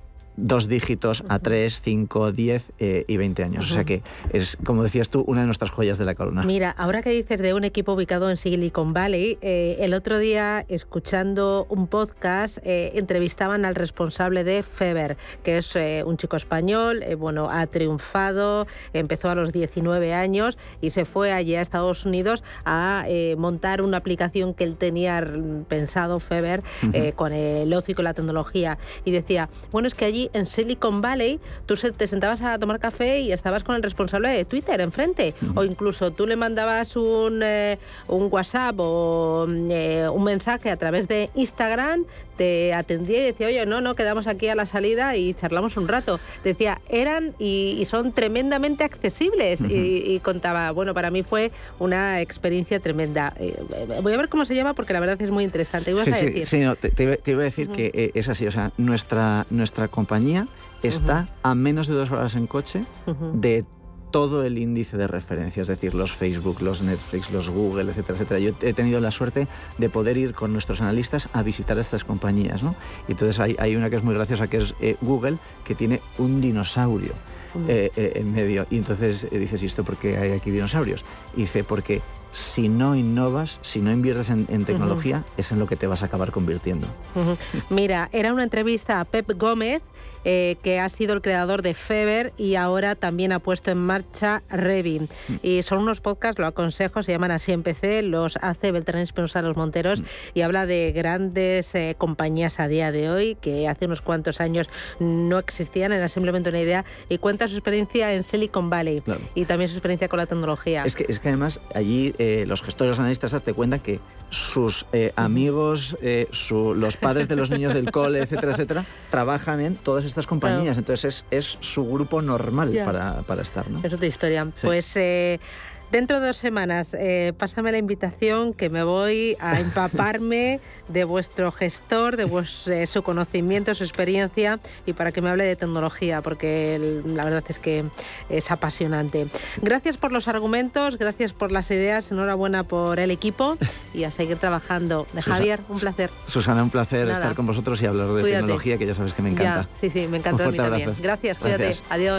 dos dígitos a tres, cinco, diez eh, y veinte años. Uh-huh. O sea que es, como decías tú, una de nuestras joyas de la corona. Mira, ahora que dices de un equipo ubicado en Silicon Valley, eh, el otro día, escuchando un podcast, eh, entrevistaban al responsable de Feber, que es eh, un chico español, eh, bueno, ha triunfado, empezó a los diecinueve años y se fue allí a Estados Unidos a eh, montar una aplicación que él tenía pensado, Feber, uh-huh. eh, con el ocio y con la tecnología. Y decía, bueno, es que allí en Silicon Valley tú te sentabas a tomar café y estabas con el responsable de Twitter enfrente, uh-huh. o incluso tú le mandabas un, eh, un WhatsApp o eh, un mensaje a través de Instagram, te atendía y decía, oye, no, no, quedamos aquí a la salida y charlamos un rato. Decía, eran y, y son tremendamente accesibles. Uh-huh. y, y contaba, bueno, para mí fue una experiencia tremenda. Eh, voy a ver cómo se llama porque la verdad es muy interesante. ¿Qué ibas sí, a decir? Sí, sí, no, te, te, iba, te iba a decir uh-huh. que eh, es así, o sea, nuestra, nuestra compañía está uh-huh. a menos de dos horas en coche uh-huh. de todo el índice de referencia, es decir, los Facebook, los Netflix, los Google, etcétera, etcétera. Yo he tenido la suerte de poder ir con nuestros analistas a visitar estas compañías, ¿no? Y entonces hay, hay una que es muy graciosa, que es eh, Google, que tiene un dinosaurio eh, eh, en medio. Y entonces eh, dices, ¿y esto por qué hay aquí dinosaurios? Y dice, porque si no innovas, si no inviertes en, en tecnología, uh-huh. es en lo que te vas a acabar convirtiendo. Uh-huh. Mira, era una entrevista a Pep Gómez, eh, que ha sido el creador de Feber y ahora también ha puesto en marcha Revin. Uh-huh. Y son unos podcasts, lo aconsejo, se llaman Así Empecé, los hace Beltrán Espinosa Los Monteros, uh-huh. y habla de grandes eh, compañías a día de hoy que hace unos cuantos años no existían, era simplemente una idea, y cuenta su experiencia en Silicon Valley, claro. y también su experiencia con la tecnología. Es que, es que además allí Eh, los gestores, los analistas, te cuentan que sus eh, amigos, eh, su, los padres de los niños del cole, etcétera, etcétera, trabajan en todas estas compañías. Claro. Entonces es, es su grupo normal yeah. para, para estar, ¿no? Es otra historia. Sí. Pues eh, dentro de dos semanas, eh, pásame la invitación, que me voy a empaparme de vuestro gestor, de vues, eh, su conocimiento, su experiencia, y para que me hable de tecnología, porque el, la verdad es que es apasionante. Gracias por los argumentos, gracias por las ideas, enhorabuena por el equipo y a seguir trabajando. De Susana, Javier, un placer. Susana, un placer Nada. estar con vosotros y hablar de cuídate. tecnología, que ya sabes que me encanta. Ya, sí, sí, me encanta a mí también. Gracias, cuídate. Gracias. Adiós.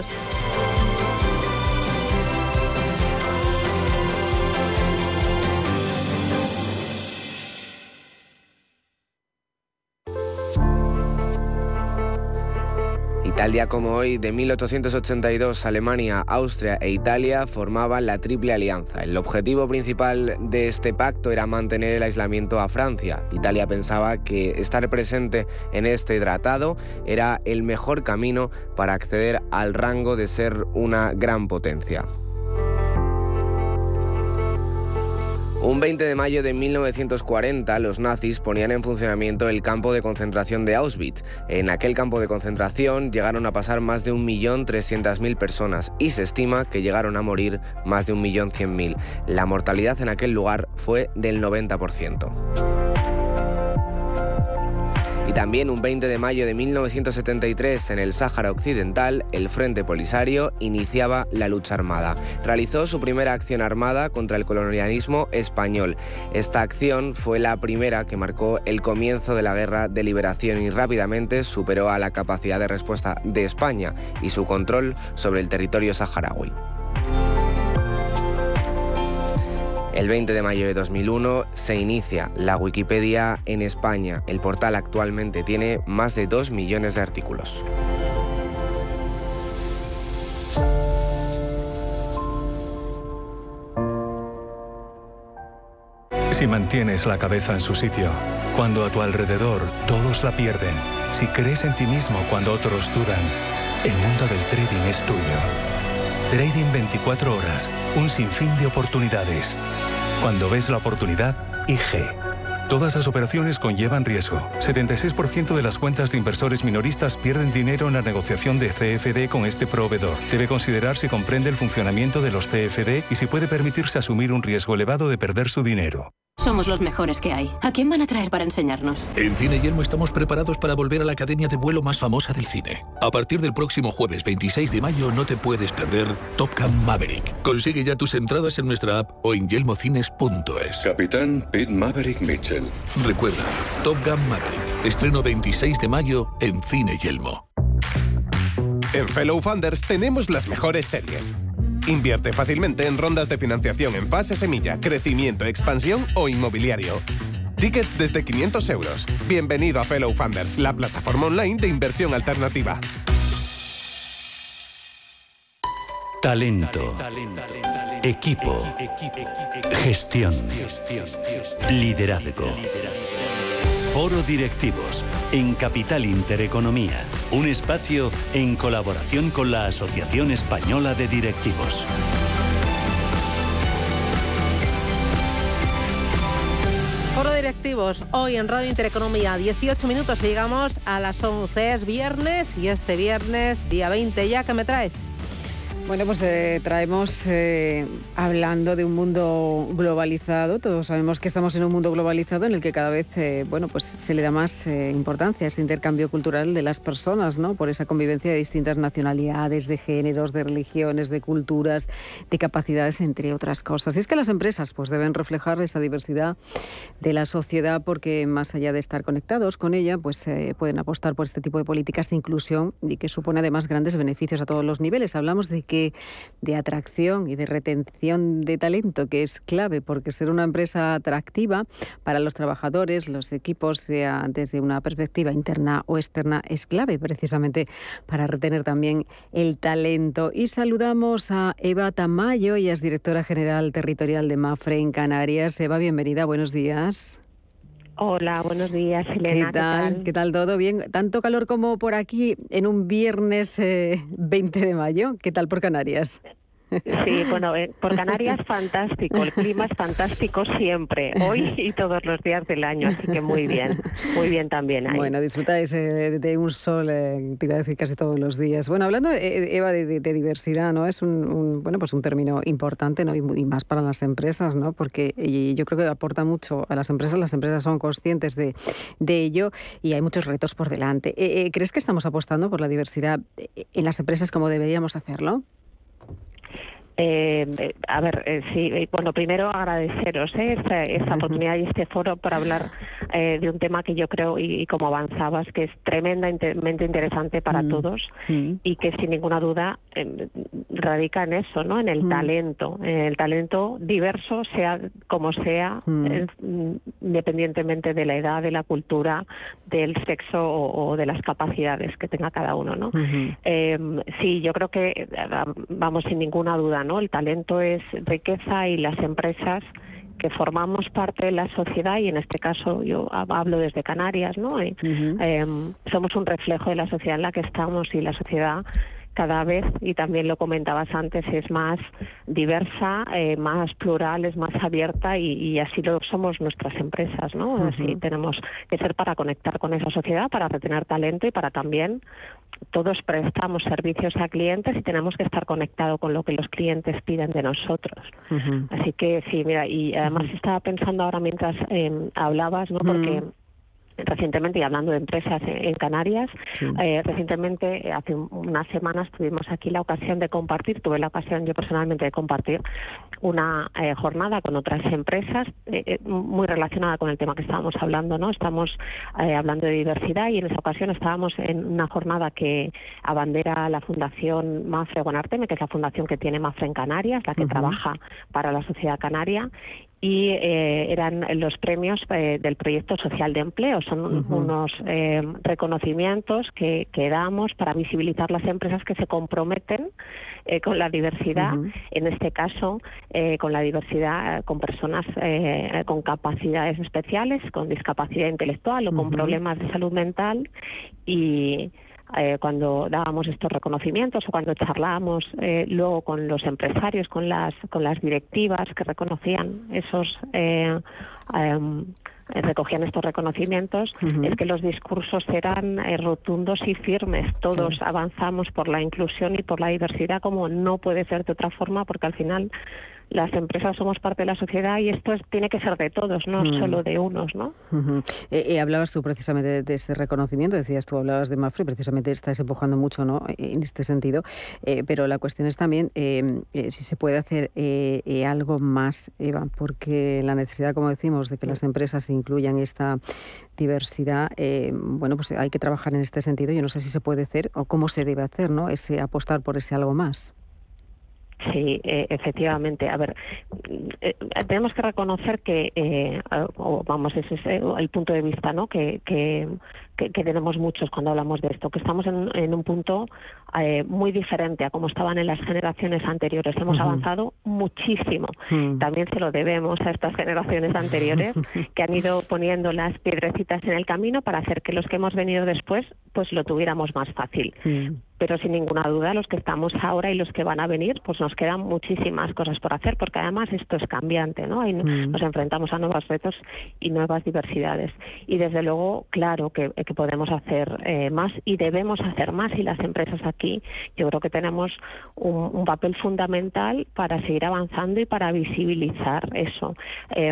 Tal día como hoy, de mil ochocientos ochenta y dos, Alemania, Austria e Italia formaban la Triple Alianza. El objetivo principal de este pacto era mantener el aislamiento a Francia. Italia pensaba que estar presente en este tratado era el mejor camino para acceder al rango de ser una gran potencia. Un veinte de mayo de mil novecientos cuarenta, los nazis ponían en funcionamiento el campo de concentración de Auschwitz. En aquel campo de concentración llegaron a pasar más de un millón trescientas mil personas y se estima que llegaron a morir más de un millón cien mil. La mortalidad en aquel lugar fue del noventa por ciento. Y también un veinte de mayo de mil novecientos setenta y tres, en el Sáhara Occidental, el Frente Polisario iniciaba la lucha armada. Realizó su primera acción armada contra el colonialismo español. Esta acción fue la primera que marcó el comienzo de la Guerra de Liberación y rápidamente superó a la capacidad de respuesta de España y su control sobre el territorio saharaui. El veinte de mayo de dos mil uno se inicia la Wikipedia en España. El portal actualmente tiene más de dos millones de artículos. Si mantienes la cabeza en su sitio, cuando a tu alrededor todos la pierden, si crees en ti mismo cuando otros dudan, el mundo del trading es tuyo. Trading veinticuatro horas, un sinfín de oportunidades. Cuando ves la oportunidad, I G. Todas las operaciones conllevan riesgo. setenta y seis por ciento de las cuentas de inversores minoristas pierden dinero en la negociación de C F D con este proveedor. Debe considerar si comprende el funcionamiento de los C F D y si puede permitirse asumir un riesgo elevado de perder su dinero. Somos los mejores que hay. ¿A quién van a traer para enseñarnos? En Cine Yelmo estamos preparados para volver a la academia de vuelo más famosa del cine. A partir del próximo jueves veintiséis de mayo no te puedes perder Top Gun Maverick. Consigue ya tus entradas en nuestra app o en yelmocines punto es. Capitán Pete Maverick Mitchell. Recuerda, Top Gun Maverick. Estreno veintiséis de mayo en Cine Yelmo. En Fellow Funders tenemos las mejores series. Invierte fácilmente en rondas de financiación en fase semilla, crecimiento, expansión o inmobiliario. Tickets desde quinientos euros. Bienvenido a Fellow Funders, la plataforma online de inversión alternativa. Talento. Equipo. Gestión. Liderazgo. Foro Directivos, en Capital Intereconomía, un espacio en colaboración con la Asociación Española de Directivos. Foro Directivos, hoy en Radio Intereconomía, dieciocho minutos y llegamos a las once, es viernes y este viernes, día veinte ya, ¿qué me traes? Bueno, pues eh, traemos, eh, hablando de un mundo globalizado, todos sabemos que estamos en un mundo globalizado en el que cada vez, eh, bueno, pues se le da más eh, importancia a ese intercambio cultural de las personas, ¿no? Por esa convivencia de distintas nacionalidades, de géneros, de religiones, de culturas, de capacidades, entre otras cosas. Y es que las empresas, pues, deben reflejar esa diversidad de la sociedad porque, más allá de estar conectados con ella, pues eh, pueden apostar por este tipo de políticas de inclusión y que supone además grandes beneficios a todos los niveles. Hablamos de que de atracción y de retención de talento, que es clave, porque ser una empresa atractiva para los trabajadores, los equipos, sea desde una perspectiva interna o externa, es clave precisamente para retener también el talento. Y saludamos a Eva Tamayo, ella es directora general territorial de Mapfre en Canarias. Eva, bienvenida, buenos días. Hola, buenos días, Elena. ¿Qué tal? ¿Qué tal? ¿Qué tal todo? Bien. Tanto calor como por aquí en un viernes eh, veinte de mayo. ¿Qué tal por Canarias? Sí, bueno, eh, por Canarias fantástico, el clima es fantástico siempre, hoy y todos los días del año, así que muy bien, muy bien también ahí. Bueno, disfrutáis eh, de un sol, eh, te iba a decir casi todos los días. Bueno, hablando, eh, Eva, de, de, de diversidad, ¿no? Es un, un, bueno, pues un término importante, ¿no? Y, y más para las empresas, ¿no? Porque y yo creo que aporta mucho a las empresas, las empresas son conscientes de, de ello y hay muchos retos por delante. Eh, ¿Crees que estamos apostando por la diversidad en las empresas como deberíamos hacerlo? Eh, a ver, eh, sí, bueno, primero agradeceros eh, esta, esta oportunidad y este foro para hablar eh, de un tema que yo creo, y, y como avanzabas, que es tremendamente interesante para mm. todos mm. y que sin ninguna duda eh, radica en eso, ¿no? En el mm. talento, en el talento diverso, sea como sea, mm. eh, independientemente de la edad, de la cultura, del sexo o, o de las capacidades que tenga cada uno, ¿no? Mm-hmm. Eh, sí, yo creo que, vamos, sin ninguna duda, ¿no? El talento es riqueza y las empresas que formamos parte de la sociedad, y en este caso yo hablo desde Canarias, ¿no? Y, uh-huh. eh, somos un reflejo de la sociedad en la que estamos, y la sociedad cada vez, y también lo comentabas antes, es más diversa, eh, más plural, es más abierta, y, y así lo somos nuestras empresas, ¿no? Uh-huh. Así tenemos que ser para conectar con esa sociedad, para retener talento y para también todos prestamos servicios a clientes y tenemos que estar conectados con lo que los clientes piden de nosotros. Uh-huh. Así que sí, mira, y además uh-huh. estaba pensando ahora mientras eh, hablabas, ¿no? Porque uh-huh. recientemente, y hablando de empresas en Canarias, sí. eh, recientemente, hace unas semanas, tuvimos aquí la ocasión de compartir, tuve la ocasión yo personalmente de compartir una eh, jornada con otras empresas eh, muy relacionada con el tema que estábamos hablando, ¿no? Estamos eh, hablando de diversidad, y en esa ocasión estábamos en una jornada que abandera la Fundación Mapfre Guanarteme, que es la fundación que tiene Mapfre en Canarias, la que uh-huh. trabaja para la sociedad canaria, y eh, eran los premios eh, del proyecto social de empleo. Son uh-huh. unos eh, reconocimientos que, que damos para visibilizar las empresas que se comprometen eh, con la diversidad, uh-huh. en este caso eh, con la diversidad, eh, con personas eh, con capacidades especiales, con discapacidad intelectual o uh-huh. con problemas de salud mental. Y Eh, cuando dábamos estos reconocimientos o cuando charlábamos eh, luego con los empresarios, con las con las directivas que reconocían esos eh, eh, eh, recogían estos reconocimientos, uh-huh. es que los discursos eran eh, rotundos y firmes. Todos sí. avanzamos por la inclusión y por la diversidad, como no puede ser de otra forma, porque al final las empresas somos parte de la sociedad y esto es, tiene que ser de todos, no mm. solo de unos, ¿no? Uh-huh. Eh, eh, hablabas tú precisamente de, de ese reconocimiento, decías tú, hablabas de Mapfre, precisamente estás empujando mucho, ¿no?, en este sentido, eh, pero la cuestión es también eh, eh, si se puede hacer eh, eh, algo más, Eva, porque la necesidad, como decimos, de que las empresas incluyan esta diversidad, eh, bueno, pues hay que trabajar en este sentido. Yo no sé si se puede hacer o cómo se debe hacer, ¿no?, ese apostar por ese algo más. Sí, eh, efectivamente. A ver, eh, tenemos que reconocer que, eh, o vamos, ese es el punto de vista, ¿no?, que, que, que, que tenemos muchos cuando hablamos de esto, que estamos en, en un punto eh, muy diferente a como estaban en las generaciones anteriores. Hemos uh-huh. avanzado muchísimo. Uh-huh. También se lo debemos a estas generaciones anteriores que han ido poniendo las piedrecitas en el camino para hacer que los que hemos venido después pues lo tuviéramos más fácil. Uh-huh. Pero sin ninguna duda los que estamos ahora y los que van a venir, pues nos quedan muchísimas cosas por hacer, porque además esto es cambiante, ¿no? Y mm. nos enfrentamos a nuevos retos y nuevas diversidades. Y desde luego, claro que, que podemos hacer eh, más y debemos hacer más, y las empresas aquí yo creo que tenemos un, un papel fundamental para seguir avanzando y para visibilizar eso. Eh,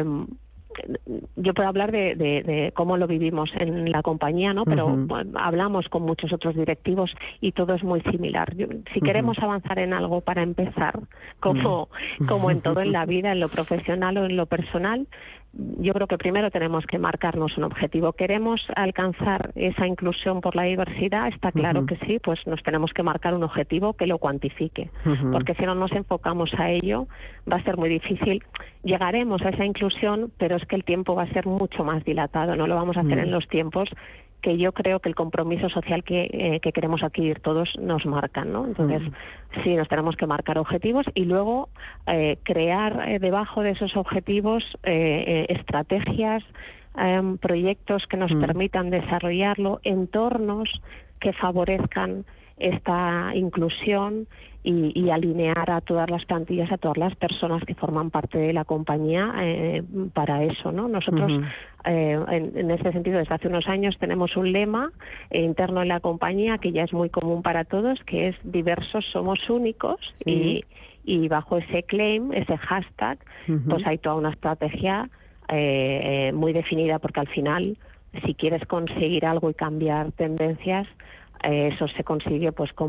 Yo puedo hablar de, de, de cómo lo vivimos en la compañía, ¿no? Pero uh-huh. bueno, hablamos con muchos otros directivos y todo es muy similar. Yo, si uh-huh. queremos avanzar en algo para empezar, como, uh-huh. como en todo en la vida, en lo profesional o en lo personal, yo creo que primero tenemos que marcarnos un objetivo. ¿Queremos alcanzar esa inclusión por la diversidad? Está claro uh-huh. que sí, pues nos tenemos que marcar un objetivo que lo cuantifique, uh-huh. porque si no nos enfocamos a ello va a ser muy difícil. Llegaremos a esa inclusión, pero es que el tiempo va a ser mucho más dilatado, no lo vamos a hacer uh-huh. en los tiempos que yo creo que el compromiso social que, eh, que queremos adquirir todos nos marcan, ¿no? Entonces, uh-huh. sí, nos tenemos que marcar objetivos y luego eh, crear eh, debajo de esos objetivos eh, eh, estrategias, eh, proyectos que nos uh-huh. permitan desarrollarlo, entornos que favorezcan esta inclusión y, y alinear a todas las plantillas, a todas las personas que forman parte de la compañía eh, para eso, ¿no? Nosotros, uh-huh. eh, en, en este sentido, desde hace unos años tenemos un lema eh, interno en la compañía que ya es muy común para todos, que es diversos somos únicos, sí. y, y bajo ese claim, ese hashtag, uh-huh. pues hay toda una estrategia eh, eh, muy definida, porque al final, si quieres conseguir algo y cambiar tendencias, eso se consigue pues con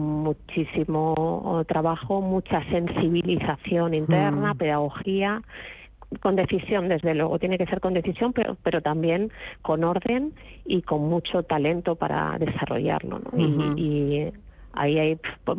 muchísimo trabajo, mucha sensibilización interna, mm. pedagogía, con decisión, desde luego, tiene que ser con decisión, pero, pero también con orden y con mucho talento para desarrollarlo, ¿no? Uh-huh. y, y ahí hay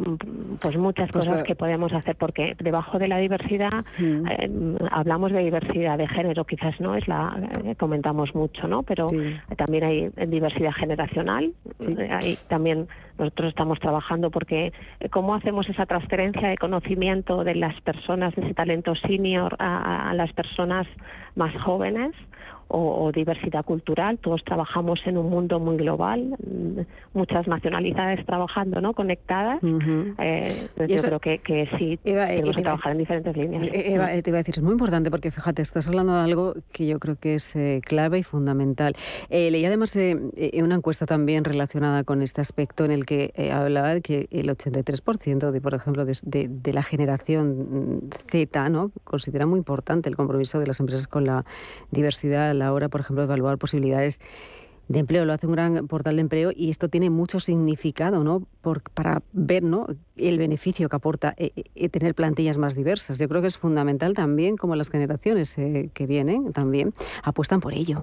pues muchas pues cosas lo... que podemos hacer, porque debajo de la diversidad mm. eh, hablamos de diversidad de género, quizás no es la eh, comentamos mucho, ¿no? Pero sí. también hay diversidad generacional, sí. eh, ahí también nosotros estamos trabajando porque eh, cómo hacemos esa transferencia de conocimiento de las personas, de ese talento senior a, a las personas más jóvenes. O, o diversidad cultural. Todos trabajamos en un mundo muy global, muchas nacionalidades trabajando, ¿no?, conectadas. Uh-huh. Eh, yo eso, creo que, que sí, Eva, tenemos eh, que trabajar en diferentes líneas. Eva, te iba a decir, es muy importante porque, fíjate, estás hablando de algo que yo creo que es eh, clave y fundamental. Eh, leí además eh, una encuesta también relacionada con este aspecto en el que eh, hablaba de que el ochenta y tres por ciento, de, por ejemplo, de, de, de la generación Z, ¿no?, considera muy importante el compromiso de las empresas con la diversidad a la hora, por ejemplo, de evaluar posibilidades de empleo. Lo hace un gran portal de empleo y esto tiene mucho significado, ¿no?, Por, para ver, ¿no?, el beneficio que aporta eh, eh, tener plantillas más diversas. Yo creo que es fundamental también, como las generaciones eh, que vienen también apuestan por ello.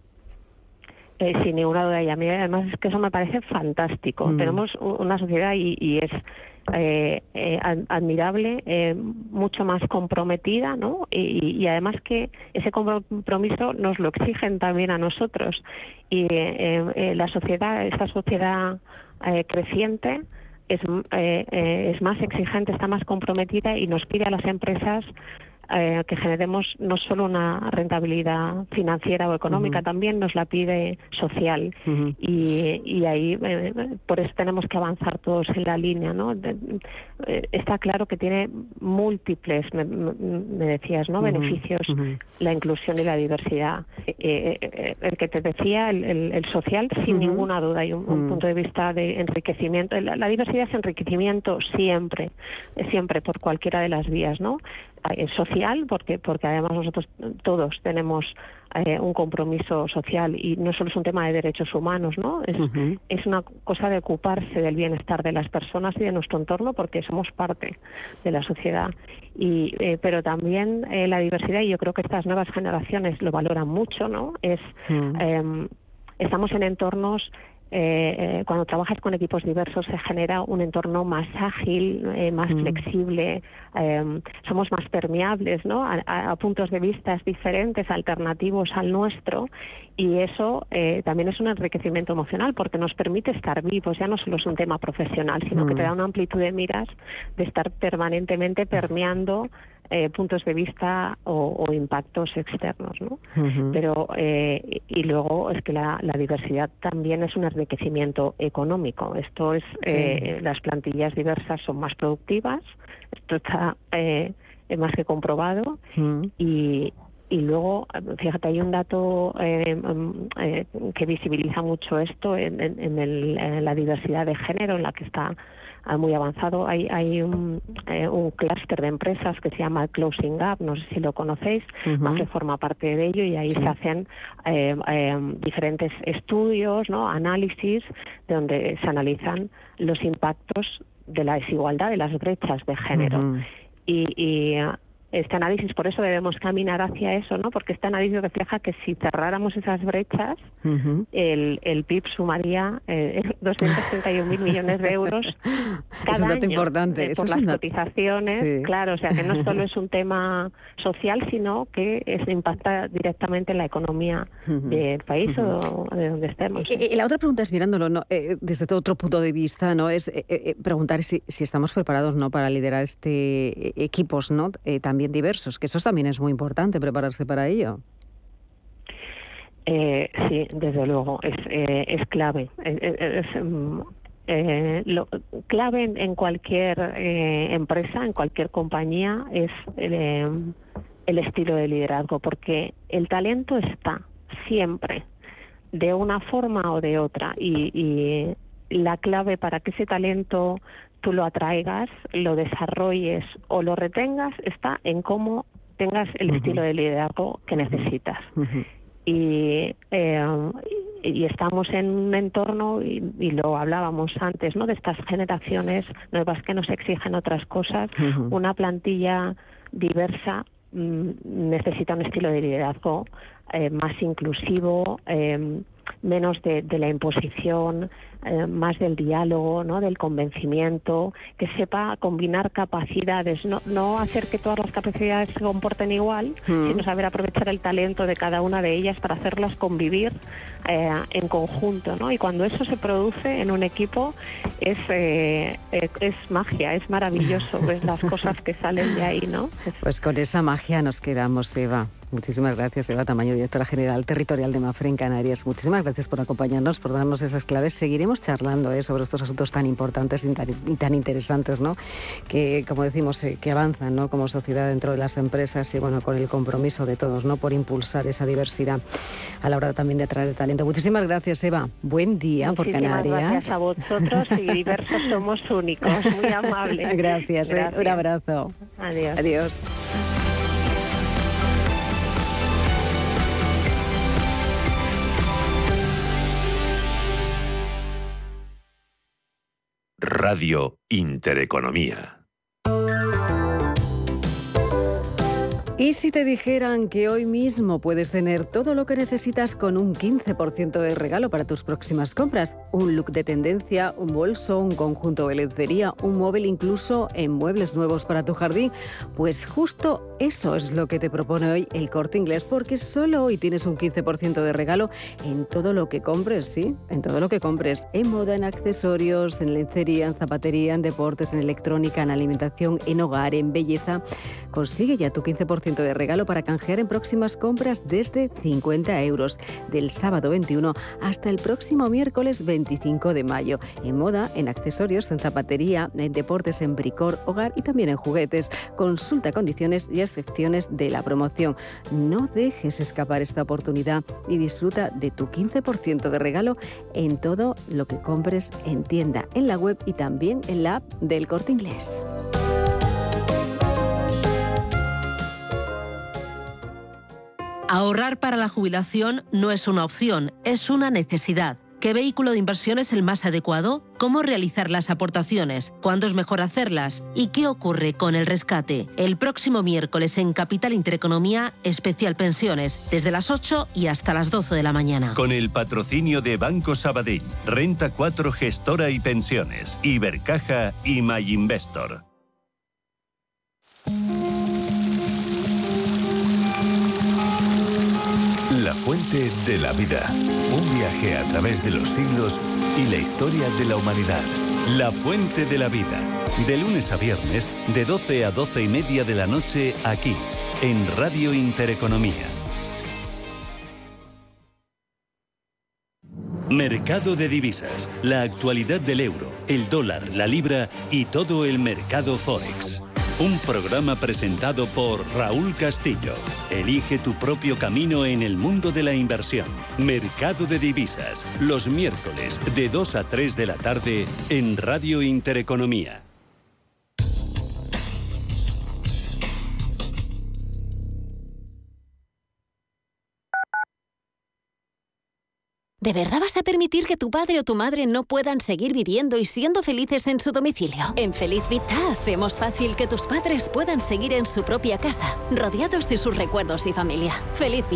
Eh, sin ninguna duda, y a mí además es que eso me parece fantástico. Mm. Tenemos una sociedad y, y es eh, eh, admirable, eh, mucho más comprometida, ¿no? Y, y además que ese compromiso nos lo exigen también a nosotros. Y eh, eh, la sociedad, esta sociedad eh, creciente, es, eh, eh, es más exigente, está más comprometida y nos pide a las empresas eh, que generemos no solo una rentabilidad financiera o económica, uh-huh. también nos la pide social. Uh-huh. y, y ahí eh, por eso tenemos que avanzar todos en la línea, ¿no? De, eh, está claro que tiene múltiples, me, me decías, ¿no? Uh-huh. beneficios, uh-huh. la inclusión y la diversidad. Eh, eh, el que te decía, el, el, el social, sin uh-huh. ninguna duda, hay un, un uh-huh. punto de vista de enriquecimiento. La, la diversidad es enriquecimiento siempre, siempre por cualquiera de las vías, ¿no? Eh, social, porque porque además nosotros todos tenemos eh, un compromiso social y no solo es un tema de derechos humanos, ¿no? Es, uh-huh. es una cosa de ocuparse del bienestar de las personas y de nuestro entorno porque somos parte de la sociedad. Y eh, pero también eh, la diversidad, y yo creo que estas nuevas generaciones lo valoran mucho, ¿no? Es uh-huh. eh, estamos en entornos. Eh, eh, cuando trabajas con equipos diversos se genera un entorno más ágil, eh, más mm. flexible, eh, somos más permeables, ¿no? A, a puntos de vista diferentes, alternativos al nuestro, y eso eh, también es un enriquecimiento emocional porque nos permite estar vivos. Ya no solo es un tema profesional, sino mm. que te da una amplitud de miras de estar permanentemente permeando Eh, puntos de vista o, o impactos externos, ¿no? Uh-huh. Pero eh, y luego es que la, la diversidad también es un enriquecimiento económico. Esto es eh, sí. las plantillas diversas son más productivas. Esto está eh, más que comprobado. Uh-huh. y Y luego, fíjate, hay un dato eh, eh, que visibiliza mucho esto en, en, en, el, en la diversidad de género, en la que está muy avanzado. Hay, hay un, eh, un clúster de empresas que se llama Closing Gap, no sé si lo conocéis, uh-huh. Mapfre forma parte de ello, y ahí sí. se hacen eh, eh, diferentes estudios, ¿no? análisis, donde se analizan los impactos de la desigualdad, de las brechas de género. Uh-huh. Y, y este análisis, por eso debemos caminar hacia eso, ¿no? Porque este análisis refleja que si cerráramos esas brechas, uh-huh. el, el P I B sumaría eh, doscientos treinta y un mil millones de euros cada es un dato año importante. eh, Eso por es las una... cotizaciones. Sí. Claro, o sea que no solo es un tema social, sino que es, impacta directamente en la economía uh-huh. del país uh-huh. o de donde estemos. ¿Sí? Y, y la otra pregunta es, mirándolo ¿no? eh, desde otro punto de vista, no es eh, eh, preguntar si, si estamos preparados no para liderar este eh, equipos, ¿no? Eh, también diversos, que eso también es muy importante, prepararse para ello. Eh, sí, desde luego, es, eh, es clave. Es, es, eh, lo clave en, en cualquier eh, empresa, en cualquier compañía, es eh, el estilo de liderazgo, porque el talento está siempre, de una forma o de otra, y, y la clave para que ese talento tú lo atraigas, lo desarrolles o lo retengas está en cómo tengas el uh-huh. estilo de liderazgo que necesitas. Uh-huh. Y, eh, y estamos en un entorno, y, y lo hablábamos antes, ¿no? de estas generaciones nuevas que nos exigen otras cosas. Uh-huh. Una plantilla diversa mm, necesita un estilo de liderazgo eh, más inclusivo, eh, menos de, de la imposición, eh, más del diálogo, ¿no? del convencimiento, que sepa combinar capacidades, no, no hacer que todas las capacidades se comporten igual, mm. sino saber aprovechar el talento de cada una de ellas para hacerlas convivir eh, en conjunto, ¿no? Y cuando eso se produce en un equipo es eh, es magia, es maravilloso, ves las cosas que salen de ahí, ¿no? Pues con esa magia nos quedamos, Eva. Muchísimas gracias, Eva Tamayo, directora general territorial de Mapfre en Canarias. Muchísimas gracias por acompañarnos, por darnos esas claves. Seguiremos charlando ¿eh? sobre estos asuntos tan importantes y tan, y tan interesantes, ¿no? Que, como decimos, eh, que avanzan, ¿no? como sociedad dentro de las empresas y, bueno, con el compromiso de todos, ¿no? por impulsar esa diversidad a la hora también de atraer el talento. Muchísimas gracias, Eva. Buen día por Canarias. Muchísimas gracias a vosotros, y diversos somos únicos. Muy amables. Gracias, gracias. Eh. Un abrazo. Adiós. Adiós. Radio Intereconomía. ¿Y si te dijeran que hoy mismo puedes tener todo lo que necesitas con un quince por ciento de regalo para tus próximas compras? Un look de tendencia, un bolso, un conjunto de lencería, un móvil, incluso en muebles nuevos para tu jardín. Pues justo eso es lo que te propone hoy El Corte Inglés, porque solo hoy tienes un quince por ciento de regalo en todo lo que compres, ¿sí? En todo lo que compres. En moda, en accesorios, en lencería, en zapatería, en deportes, en electrónica, en alimentación, en hogar, en belleza. Consigue ya tu quince por ciento de regalo para canjear en próximas compras desde cincuenta euros, del sábado veintiuno hasta el próximo miércoles veinticinco de mayo. En moda, en accesorios, en zapatería, en deportes, en bricor, hogar y también en juguetes. Consulta condiciones y excepciones de la promoción. No dejes escapar esta oportunidad y disfruta de tu quince por ciento de regalo en todo lo que compres en tienda, en la web y también en la app del Corte Inglés. Ahorrar para la jubilación no es una opción, es una necesidad. ¿Qué vehículo de inversión es el más adecuado? ¿Cómo realizar las aportaciones? ¿Cuándo es mejor hacerlas? ¿Y qué ocurre con el rescate? El próximo miércoles en Capital Intereconomía, especial pensiones, desde las ocho y hasta las doce de la mañana. Con el patrocinio de Banco Sabadell, Renta cuatro Gestora y Pensiones, Ibercaja y MyInvestor. La fuente de la vida. Un viaje a través de los siglos y la historia de la humanidad. La fuente de la vida. De lunes a viernes, de doce a doce y media de la noche, aquí, en Radio Intereconomía. Mercado de divisas. La actualidad del euro, el dólar, la libra y todo el mercado Forex. Un programa presentado por Raúl Castillo. Elige tu propio camino en el mundo de la inversión. Mercado de divisas, los miércoles de dos a tres de la tarde en Radio Intereconomía. ¿De verdad vas a permitir que tu padre o tu madre no puedan seguir viviendo y siendo felices en su domicilio? En Feliz Vita hacemos fácil que tus padres puedan seguir en su propia casa, rodeados de sus recuerdos y familia. Feliz Vita.